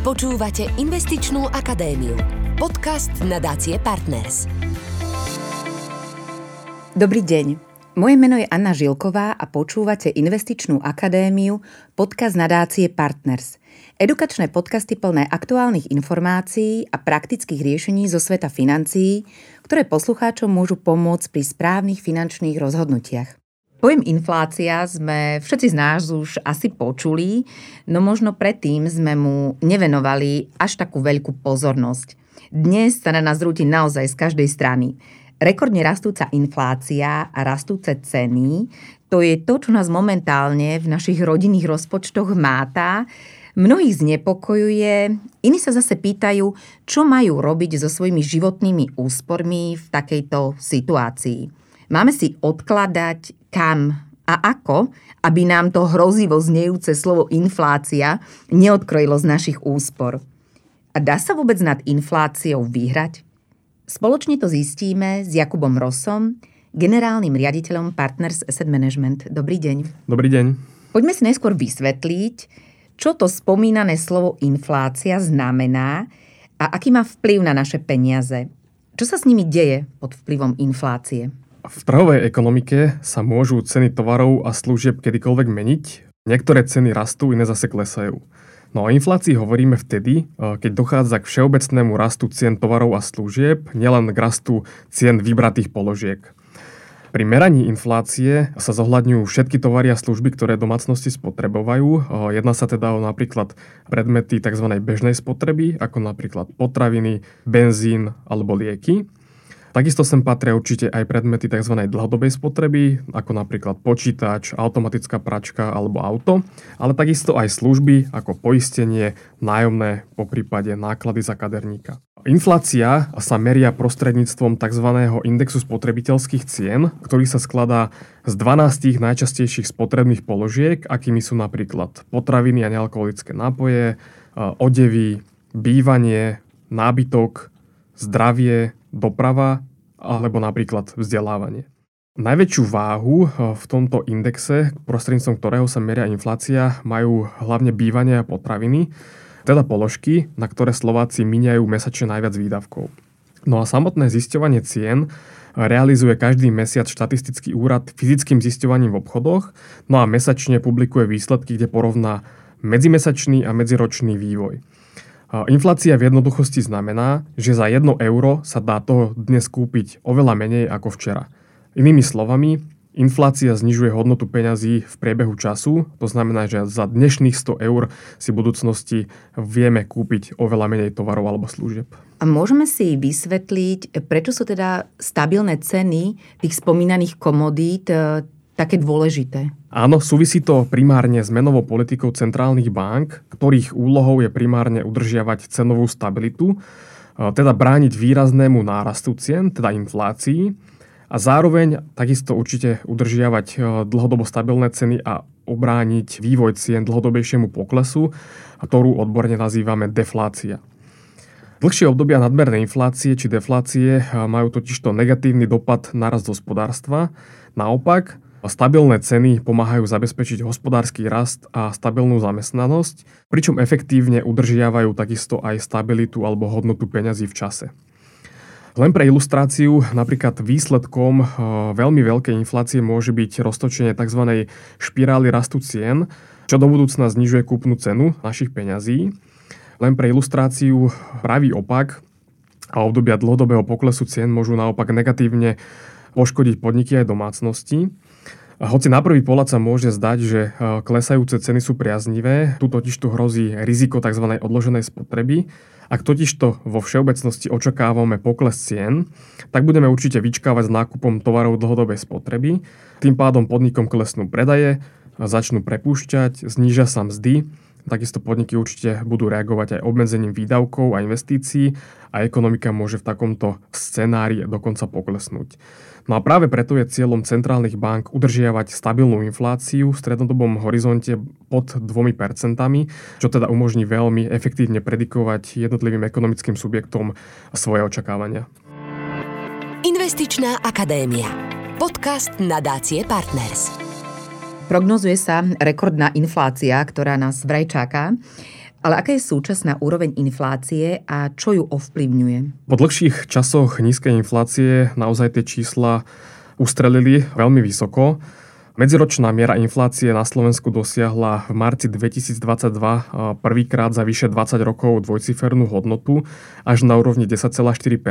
Počúvate Investičnú akadémiu, podcast nadácie Partners. Dobrý deň, moje meno je Anna Žilková a počúvate Investičnú akadémiu, podcast nadácie Partners. Edukačné podcasty plné aktuálnych informácií a praktických riešení zo sveta financií, ktoré poslucháčom môžu pomôcť pri správnych finančných rozhodnutiach. Pojem inflácia sme všetci z nás už asi počuli, no možno predtým sme mu nevenovali až takú veľkú pozornosť. Dnes sa na nás rúti naozaj z každej strany. Rekordne rastúca inflácia a rastúce ceny, to je to, čo nás momentálne v našich rodinných rozpočtoch máta. Mnohých znepokojuje, iní sa zase pýtajú, čo majú robiť so svojimi životnými úspormi v takejto situácii. Máme si odkladať kam a ako, aby nám to hrozivo znejúce slovo inflácia neodkrojilo z našich úspor. A dá sa vôbec nad infláciou vyhrať? Spoločne to zistíme s Jakubom Rossom, generálnym riaditeľom Partners Asset Management. Dobrý deň. Dobrý deň. Poďme si najskôr vysvetliť, čo to spomínané slovo inflácia znamená a aký má vplyv na naše peniaze. Čo sa s nimi deje pod vplyvom inflácie? V trhovej ekonomike sa môžu ceny tovarov a služieb kedykoľvek meniť. Niektoré ceny rastú, iné zase klesajú. No o inflácii hovoríme vtedy, keď dochádza k všeobecnému rastu cien tovarov a služieb, nielen k rastu cien vybratých položiek. Pri meraní inflácie sa zohľadňujú všetky tovary a služby, ktoré domácnosti spotrebovajú. Jedná sa teda o napríklad predmety tzv. Bežnej spotreby, ako napríklad potraviny, benzín alebo lieky. Takisto sem patria určite aj predmety tzv. Dlhodobej spotreby, ako napríklad počítač, automatická pračka alebo auto, ale takisto aj služby ako poistenie, nájomné, poprípade náklady za kaderníka. Inflácia sa meria prostredníctvom tzv. Indexu spotrebiteľských cien, ktorý sa skladá z 12 najčastejších spotrebných položiek, akými sú napríklad potraviny a nealkoholické nápoje, odevy, bývanie, nábytok, zdravie, doprava alebo napríklad vzdelávanie. Najväčšiu váhu v tomto indexe, prostredníctvom ktorého sa meria inflácia, majú hlavne bývanie a potraviny, teda položky, na ktoré Slováci míňajú mesačne najviac výdavkov. No a samotné zisťovanie cien realizuje každý mesiac štatistický úrad fyzickým zisťovaním v obchodoch, no a mesačne publikuje výsledky, kde porovná medzimesačný a medziročný vývoj. Inflácia v jednoduchosti znamená, že za 1 euro sa dá toho dnes kúpiť oveľa menej ako včera. Inými slovami, inflácia znižuje hodnotu peňazí v priebehu času, to znamená, že za dnešných 100 eur si v budúcnosti vieme kúpiť oveľa menej tovarov alebo služieb. A môžeme si vysvetliť, prečo sú teda stabilné ceny tých spomínaných komodít také dôležité? Áno, súvisí to primárne s menovou politikou centrálnych bank, ktorých úlohou je primárne udržiavať cenovú stabilitu, teda brániť výraznému nárastu cien, teda inflácii, a zároveň takisto určite udržiavať dlhodobo stabilné ceny a obrániť vývoj cien dlhodobejšiemu poklesu, ktorú odborne nazývame deflácia. Dlhšie obdobia nadmernej inflácie či deflácie majú totižto negatívny dopad na rast hospodárstva. Naopak, stabilné ceny pomáhajú zabezpečiť hospodársky rast a stabilnú zamestnanosť, pričom efektívne udržiavajú takisto aj stabilitu alebo hodnotu peňazí v čase. Len pre ilustráciu, napríklad výsledkom veľmi veľkej inflácie môže byť roztočenie tzv. Špirály rastu cien, čo do budúcna znižuje kúpnu cenu našich peňazí. Len pre ilustráciu pravý opak a obdobia dlhodobého poklesu cien môžu naopak negatívne poškodiť podniky aj domácnosti. Hoci na prvý pohľad sa môže zdať, že klesajúce ceny sú priaznivé, tu totižto hrozí riziko tzv. Odloženej spotreby. Ak totižto vo všeobecnosti očakávame pokles cien, tak budeme určite vyčkávať s nákupom tovarov dlhodobej spotreby. Tým pádom podnikom klesnú predaje, začnú prepúšťať, znížia sa mzdy. Takisto podniky určite budú reagovať aj obmedzením výdavkov a investícií a ekonomika môže v takomto scenári dokonca poklesnúť. No a práve preto je cieľom centrálnych bank udržiavať stabilnú infláciu v strednodobom horizonte pod 2%, čo teda umožní veľmi efektívne predikovať jednotlivým ekonomickým subjektom svoje očakávania. Investičná akadémia. Podcast nadácie Partners. Prognozuje sa rekordná inflácia, ktorá nás vraj čaká. Ale aká je súčasná úroveň inflácie a čo ju ovplyvňuje? Po dlhších časoch nízkej inflácie naozaj tie čísla ustrelili veľmi vysoko. Medziročná miera inflácie na Slovensku dosiahla v marci 2022 prvýkrát za vyše 20 rokov dvojcifernú hodnotu až na úrovni 10,4%.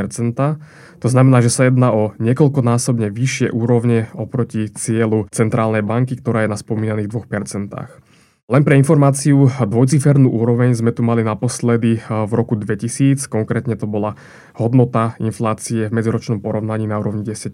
To znamená, že sa jedná o niekoľkonásobne vyššie úrovne oproti cieľu centrálnej banky, ktorá je na spomínaných 2%. Len pre informáciu, dvojcifernú úroveň sme tu mali naposledy v roku 2000, konkrétne to bola hodnota inflácie v medziročnom porovnaní na úrovni 10%.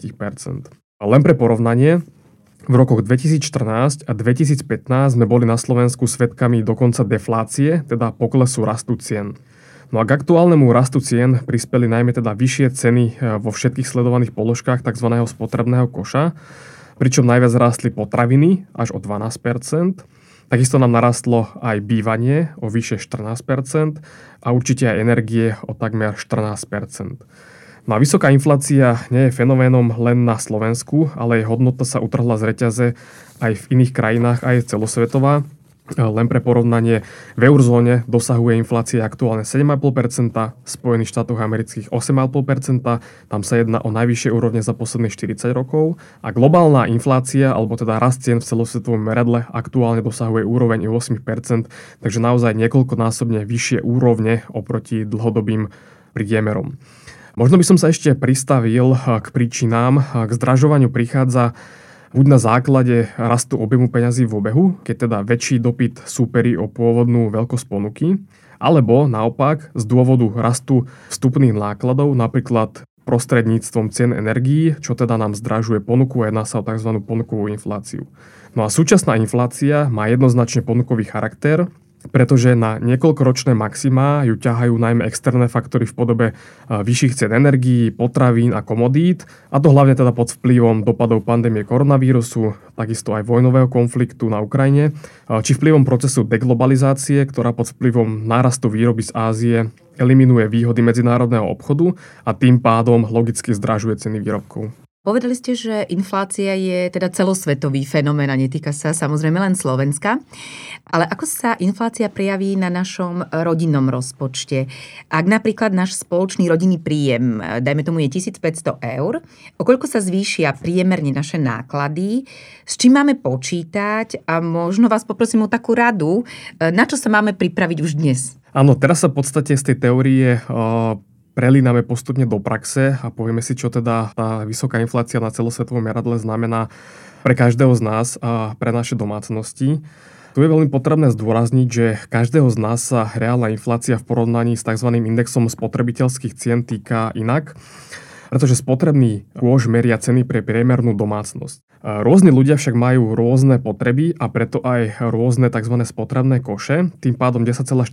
Len pre porovnanie, v rokoch 2014 a 2015 sme boli na Slovensku svedkami dokonca deflácie, teda poklesu rastu cien. No a k aktuálnemu rastu cien prispeli najmä teda vyššie ceny vo všetkých sledovaných položkách tzv. Spotrebného koša, pričom najviac rástli potraviny až o 12%, takisto nám narastlo aj bývanie o vyše 14% a určite aj energie o takmer 14%. No a vysoká inflácia nie je fenoménom len na Slovensku, ale jej hodnota sa utrhla z reťaze aj v iných krajinách, aj celosvetová. Len pre porovnanie, v eurozóne dosahuje inflácia aktuálne 7,5%, v Spojených štátoch amerických 8,5%, tam sa jedná o najvyššie úrovne za posledných 40 rokov a globálna inflácia, alebo teda rast cien v celosvetovom meradle aktuálne dosahuje úroveň 8%, takže naozaj niekoľkonásobne vyššie úrovne oproti dlhodobým priemerom. Možno by som sa ešte pristavil k príčinám. K zdražovaniu prichádza buď na základe rastu objemu peňazí v obehu, keď teda väčší dopyt súperí o pôvodnú veľkosť ponuky, alebo naopak z dôvodu rastu vstupných nákladov, napríklad prostredníctvom cien energií, čo teda nám zdražuje ponuku a jedná sa o tzv. Ponukovú infláciu. No a súčasná inflácia má jednoznačne ponukový charakter, pretože na niekoľkoročné maximá ju ťahajú najmä externé faktory v podobe vyšších cien energií, potravín a komodít, a to hlavne teda pod vplyvom dopadov pandémie koronavírusu, takisto aj vojnového konfliktu na Ukrajine, či vplyvom procesu deglobalizácie, ktorá pod vplyvom nárastu výroby z Ázie eliminuje výhody medzinárodného obchodu a tým pádom logicky zdražuje ceny výrobkov. Povedali ste, že inflácia je teda celosvetový fenomén a netýka sa samozrejme len Slovenska. Ale ako sa inflácia prejaví na našom rodinnom rozpočte? Ak napríklad náš spoločný rodinný príjem, dajme tomu je 1500 eur, o koľko sa zvýšia priemerne naše náklady, s čím máme počítať a možno vás poprosím o takú radu, na čo sa máme pripraviť už dnes? Áno, teraz sa v podstate z tej teórie prelíname postupne do praxe a povieme si, čo teda tá vysoká inflácia na celosvetovom meradle znamená pre každého z nás a pre naše domácnosti. Tu je veľmi potrebné zdôrazniť, že každého z nás sa reálna inflácia v porovnaní s tzv. Indexom spotrebiteľských cien týka inak, pretože spotrebný kôš meria ceny pre priemernú domácnosť. Rôzni ľudia však majú rôzne potreby a preto aj rôzne tzv. Spotrebné koše. Tým pádom 10,4%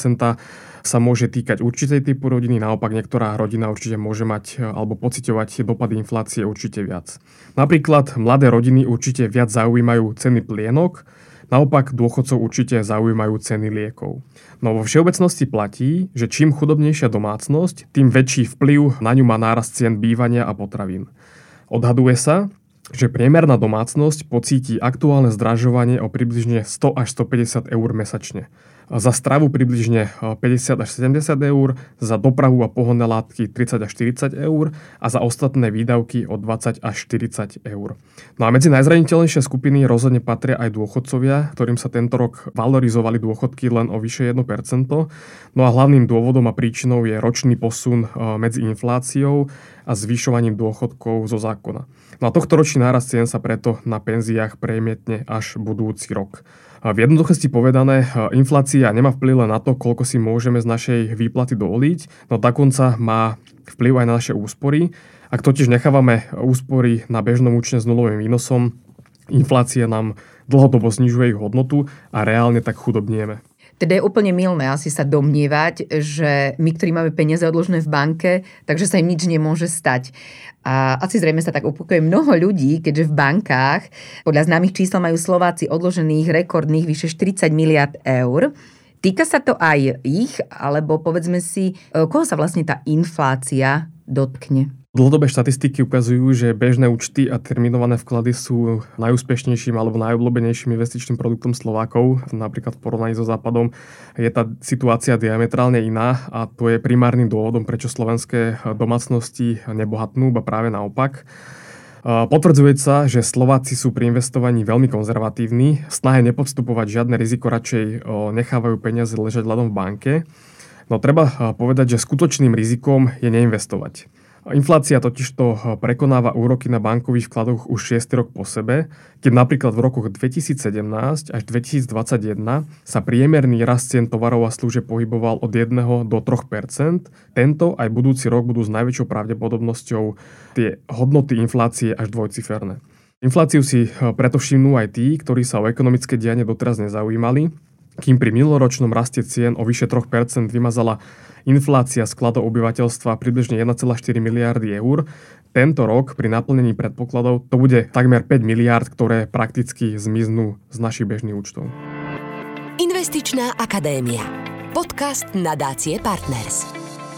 sa môže týkať určitej typu rodiny, naopak niektorá rodina určite môže mať alebo pociťovať dopady inflácie určite viac. Napríklad mladé rodiny určite viac zaujímajú ceny plienok, naopak dôchodcov určite zaujímajú ceny liekov. No vo všeobecnosti platí, že čím chudobnejšia domácnosť, tým väčší vplyv na ňu má nárast cien bývania a potravín. Odhaduje sa, že priemerná domácnosť pocíti aktuálne zdražovanie o približne 100 až 150 eur mesačne. Za stravu približne 50 až 70 eur, za dopravu a pohonné látky 30 až 40 eur a za ostatné výdavky od 20 až 40 eur. No a medzi najzraniteľnejšie skupiny rozhodne patria aj dôchodcovia, ktorým sa tento rok valorizovali dôchodky len o vyše 1%. No a hlavným dôvodom a príčinou je ročný posun medzi infláciou a zvyšovaním dôchodkov zo zákona. No a tohto ročný nárast cien sa preto na penziách premietne až budúci rok. V jednoduchosti povedané, inflácia nemá vplyv len na to, koľko si môžeme z našej výplaty dovoliť, no dokonca má vplyv aj na naše úspory. Ak totiž nechávame úspory na bežnom účte s nulovým výnosom, inflácia nám dlhodobo znižuje ich hodnotu a reálne tak chudobnieme. Teda je úplne mylné asi sa domnievať, že my, ktorí máme peniaze odložené v banke, takže sa im nič nemôže stať. A asi zrejme sa tak upokojuje mnoho ľudí, keďže v bankách podľa známych čísel majú Slováci odložených rekordných vyše 40 miliard eur. Týka sa to aj ich, alebo povedzme si, koho sa vlastne tá inflácia dotkne? Dlhodobé štatistiky ukazujú, že bežné účty a terminované vklady sú najúspešnejším alebo najobľúbenejším investičným produktom Slovákov. Napríklad v porovnaní so Západom je tá situácia diametrálne iná a to je primárnym dôvodom, prečo slovenské domácnosti nebohatnú, ba práve naopak. Potvrdzuje sa, že Slováci sú pri investovaní veľmi konzervatívni, v snahe nepodstupovať žiadne riziko, radšej nechávajú peniaze ležať ľadom v banke. No treba povedať, že skutočným rizikom je neinvestovať. Inflácia totižto prekonáva úroky na bankových vkladoch už 6. rok po sebe, keď napríklad v rokoch 2017 až 2021 sa priemerný rast cien tovarov a služieb pohyboval od 1 do 3%. Tento aj budúci rok budú s najväčšou pravdepodobnosťou tie hodnoty inflácie až dvojciferné. Infláciu si preto všimnú aj tí, ktorí sa o ekonomické dianie doteraz nezaujímali, kým pri minuloročnom raste cien o vyše 3% vymazala inflácia skladov obyvateľstva približne 1,4 miliardy eur. Tento rok pri naplnení predpokladov to bude takmer 5 miliárd, ktoré prakticky zmiznú z našich bežných účtov. Investičná akadémia. Podcast nadácie Partners.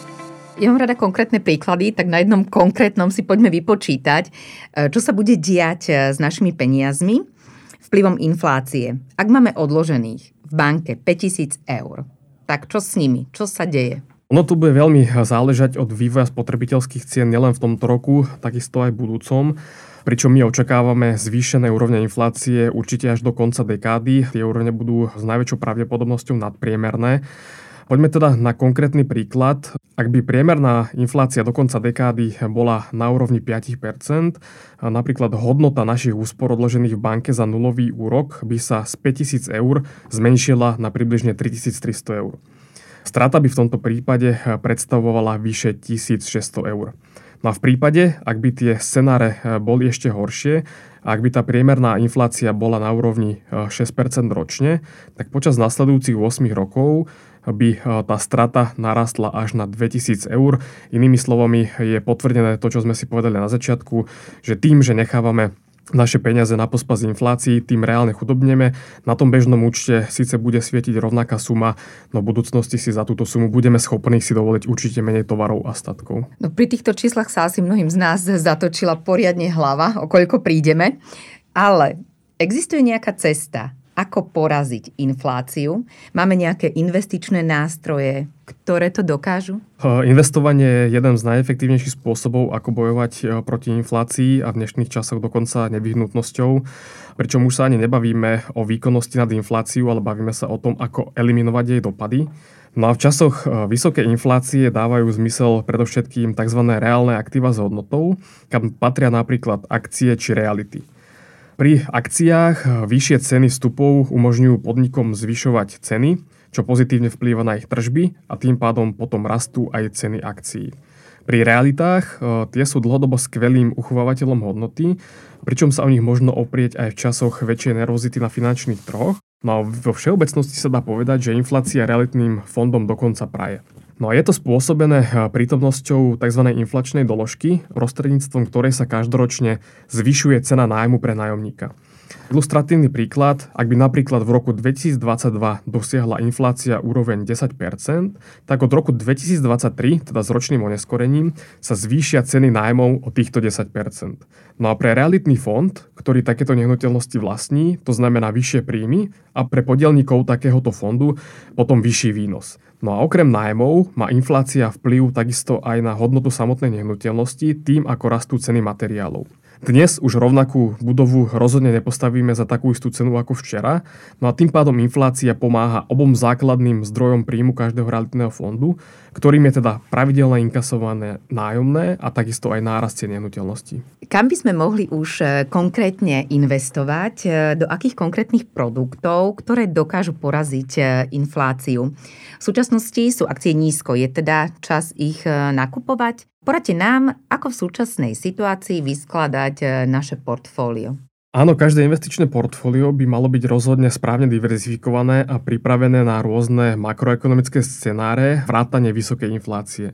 Ja mám rada konkrétne príklady, tak na jednom konkrétnom si poďme vypočítať, čo sa bude diať s našimi peniazmi vplyvom inflácie. Ak máme odložených v banke 5 000 eur, tak čo s nimi? Čo sa deje? Ono tu bude veľmi záležať od vývoja spotrebiteľských cien nielen v tomto roku, takisto aj v budúcom. Pričom my očakávame zvýšené úrovne inflácie určite až do konca dekády. Tie úrovne budú s najväčšou pravdepodobnosťou nadpriemerné. Poďme teda na konkrétny príklad. Ak by priemerná inflácia do konca dekády bola na úrovni 5%, napríklad hodnota našich úspor odložených v banke za nulový úrok by sa z 5 000 eur zmenšila na približne 3300 eur. Strata by v tomto prípade predstavovala vyše 1600 eur. No a v prípade, ak by tie scenáre boli ešte horšie, ak by tá priemerná inflácia bola na úrovni 6% ročne, tak počas nasledujúcich 8 rokov by tá strata narastla až na 2000 eur. Inými slovami je potvrdené to, čo sme si povedali na začiatku, že tým, že nechávame naše peniaze na pospas inflácii, tým reálne chudobneme. Na tom bežnom účte síce bude svietiť rovnaká suma, no v budúcnosti si za túto sumu budeme schopní si dovoliť určite menej tovarov a statkov. No pri týchto číslach sa asi mnohým z nás zatočila poriadne hlava, o koľko prídeme. Ale existuje nejaká cesta, ako poraziť infláciu? Máme nejaké investičné nástroje, ktoré to dokážu? Investovanie je jeden z najefektívnejších spôsobov, ako bojovať proti inflácii a v dnešných časoch dokonca nevyhnutnosťou. Pričom už sa ani nebavíme o výkonnosti nad infláciou, ale bavíme sa o tom, ako eliminovať jej dopady. No a v časoch vysokej inflácie dávajú zmysel predovšetkým tzv. Reálne aktíva s hodnotou, kam patria napríklad akcie či reality. Pri akciách vyššie ceny vstupov umožňujú podnikom zvyšovať ceny, čo pozitívne vplýva na ich tržby a tým pádom potom rastú aj ceny akcií. Pri realitách tie sú dlhodobo skvelým uchovávateľom hodnoty, pričom sa o nich možno oprieť aj v časoch väčšej nervozity na finančných trhoch. No a vo všeobecnosti sa dá povedať, že inflácia realitným fondom dokonca praje. No a je to spôsobené prítomnosťou tzv. Inflačnej doložky, prostredníctvom ktorej sa každoročne zvyšuje cena nájmu pre nájomníka. Ilustratívny príklad, ak by napríklad v roku 2022 dosiahla inflácia úroveň 10%, tak od roku 2023, teda s ročným oneskorením, sa zvýšia ceny nájmov o týchto 10%. No a pre realitný fond, ktorý takéto nehnuteľnosti vlastní, to znamená vyššie príjmy a pre podielnikov takéhoto fondu potom vyšší výnos. No a okrem nájmov má inflácia vplyv takisto aj na hodnotu samotnej nehnuteľnosti tým, ako rastú ceny materiálov. Dnes už rovnakú budovu rozhodne nepostavíme za takú istú cenu ako včera, no a tým pádom inflácia pomáha obom základným zdrojom príjmu každého realitného fondu, ktorým je teda pravidelné inkasované nájomné a takisto aj nárast cien nehnuteľností. Kam by sme mohli už konkrétne investovať, do akých konkrétnych produktov, ktoré dokážu poraziť infláciu? V súčasnosti sú akcie nízko, je teda čas ich nakupovať? Poradte nám, ako v súčasnej situácii vyskladať naše portfólio. Áno, každé investičné portfólio by malo byť rozhodne správne diverzifikované a pripravené na rôzne makroekonomické scenáre, vrátane vysokej inflácie.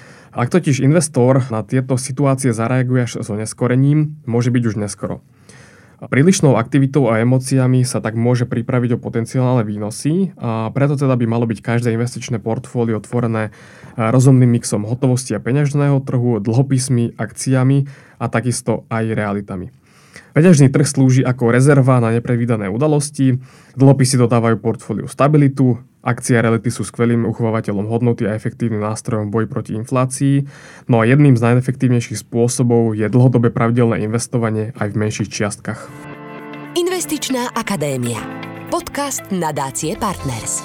Ak totiž investor na tieto situácie zareaguje až s oneskorením, môže byť už neskoro. Prílišnou aktivitou a emóciami sa tak môže pripraviť o potenciálne výnosy a preto teda by malo byť každé investičné portfólio tvorené rozumným mixom hotovosti a peňažného trhu, dlhopismi, akciami a takisto aj realitami. Peňažný trh slúži ako rezerva na nepredvídané udalosti, dlhopisy dodávajú portfóliu stabilitu, akcie a reality sú skvelým uchovávateľom hodnoty a efektívnym nástrojom v boji proti inflácii, no a jedným z najefektívnejších spôsobov je dlhodobé pravidelné investovanie aj v menších čiastkach. Investičná akadémia. Podcast nadácie Partners.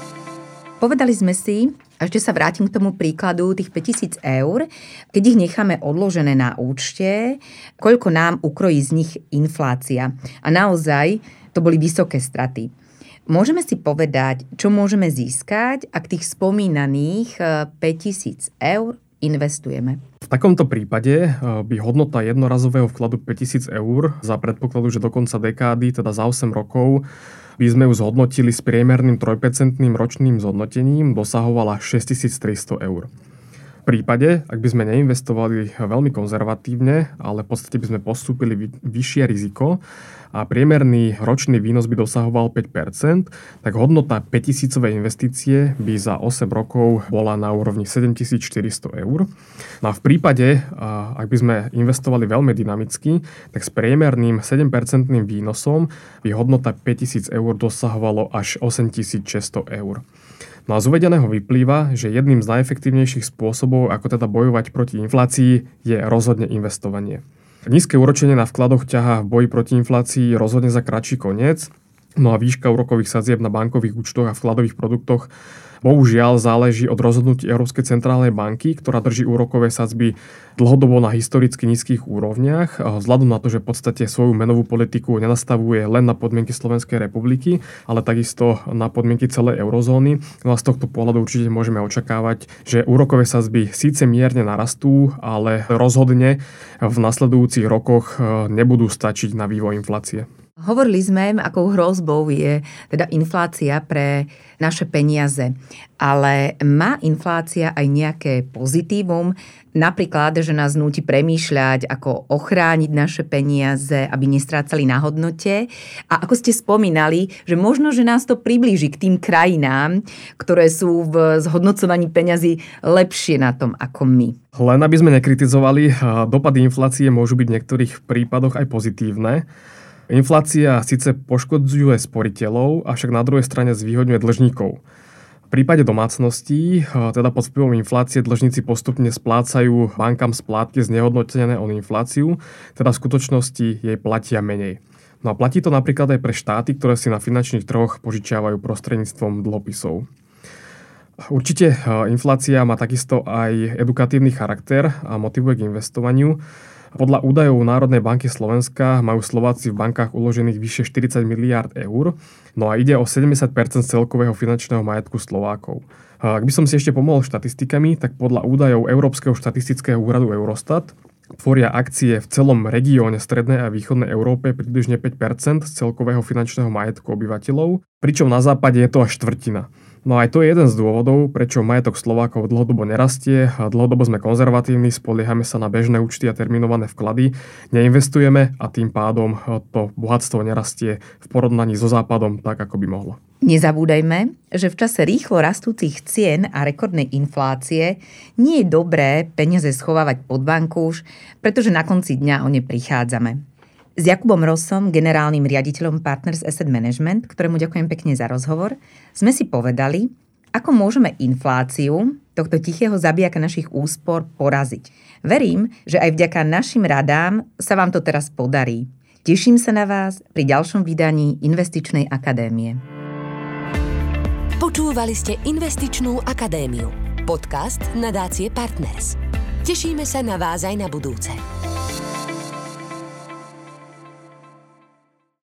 Povedali sme si, a ešte sa vrátim k tomu príkladu tých 5 000 eur, keď ich necháme odložené na účte, koľko nám ukrojí z nich inflácia. A naozaj to boli vysoké straty. Môžeme si povedať, čo môžeme získať, ak tých spomínaných 5 000 eur investujeme. V takomto prípade by hodnota jednorazového vkladu 5 000 eur za predpokladu, že do konca dekády, teda za 8 rokov, by sme ju zhodnotili s priemerným 3% ročným zhodnotením, dosahovala 6 300 eur. V prípade, ak by sme neinvestovali veľmi konzervatívne, ale v podstate by sme postúpili vyššie riziko a priemerný ročný výnos by dosahoval 5%, tak hodnota 5 000 investície by za 8 rokov bola na úrovni 7 400 eur. No a v prípade, ak by sme investovali veľmi dynamicky, tak s priemerným 7% výnosom by hodnota 5 000 eur dosahovalo až 8 600 eur. No a z uvedeného vyplýva, že jedným z najefektívnejších spôsobov, ako teda bojovať proti inflácii, je rozhodne investovanie. Nízke úročenie na vkladoch ťahá v boji proti inflácii rozhodne za kratší koniec, no a výška úrokových sadzieb na bankových účtoch a vkladových produktoch bohužiaľ záleží od rozhodnutí Európskej centrálnej banky, ktorá drží úrokové sadzby dlhodobo na historicky nízkych úrovniach, vzhľadom na to, že v podstate svoju menovú politiku nenastavuje len na podmienky Slovenskej republiky, ale takisto na podmienky celej eurozóny. No a z tohto pohľadu určite môžeme očakávať, že úrokové sadzby síce mierne narastú, ale rozhodne v nasledujúcich rokoch nebudú stačiť na vývoj inflácie. Hovorili sme, akou hrozbou je teda inflácia pre naše peniaze. Ale má inflácia aj nejaké pozitívum? Napríklad, že nás núti premýšľať, ako ochrániť naše peniaze, aby nestrácali na hodnote. A ako ste spomínali, že možno, že nás to priblíži k tým krajinám, ktoré sú v zhodnocovaní peňazí lepšie na tom ako my. Len aby sme nekritizovali, dopady inflácie môžu byť v niektorých prípadoch aj pozitívne. Inflácia síce poškodzuje sporiteľov, avšak na druhej strane zvýhodňuje dlžníkov. V prípade domácností, teda pod vplyvom inflácie, dlžníci postupne splácajú bankám splátky znehodnotené o infláciu, teda v skutočnosti jej platia menej. No a platí to napríklad aj pre štáty, ktoré si na finančných trhoch požičiavajú prostredníctvom dlhopisov. Určite inflácia má takisto aj edukatívny charakter a motivuje k investovaniu. Podľa údajov Národnej banky Slovenska majú Slováci v bankách uložených vyše 40 miliárd eur, no a ide o 70% celkového finančného majetku Slovákov. Ak by som si ešte pomohol štatistikami, tak podľa údajov Európskeho štatistického úradu Eurostat tvoria akcie v celom regióne strednej a východnej Európe približne 5% z celkového finančného majetku obyvateľov, pričom na západe je to až štvrtina. No aj to je jeden z dôvodov, prečo majetok Slovákov dlhodobo nerastie, dlhodobo sme konzervatívni, spoliehame sa na bežné účty a terminované vklady, neinvestujeme a tým pádom to bohatstvo nerastie v porovnaní so západom tak, ako by mohlo. Nezabúdajme, že v čase rýchlo rastúcich cien a rekordnej inflácie nie je dobré peniaze schovávať pod vankúš, pretože na konci dňa o ne prichádzame. S Jakubom Rossom, generálnym riaditeľom Partners Asset Management, ktorému ďakujem pekne za rozhovor, sme si povedali, ako môžeme infláciu, tohto tichého zabijaka našich úspor, poraziť. Verím, že aj vďaka našim radám sa vám to teraz podarí. Teším sa na vás pri ďalšom vydaní Investičnej akadémie. Počúvali ste Investičnú akadémiu, podcast nadácie Partners. Tešíme sa na vás aj na budúce.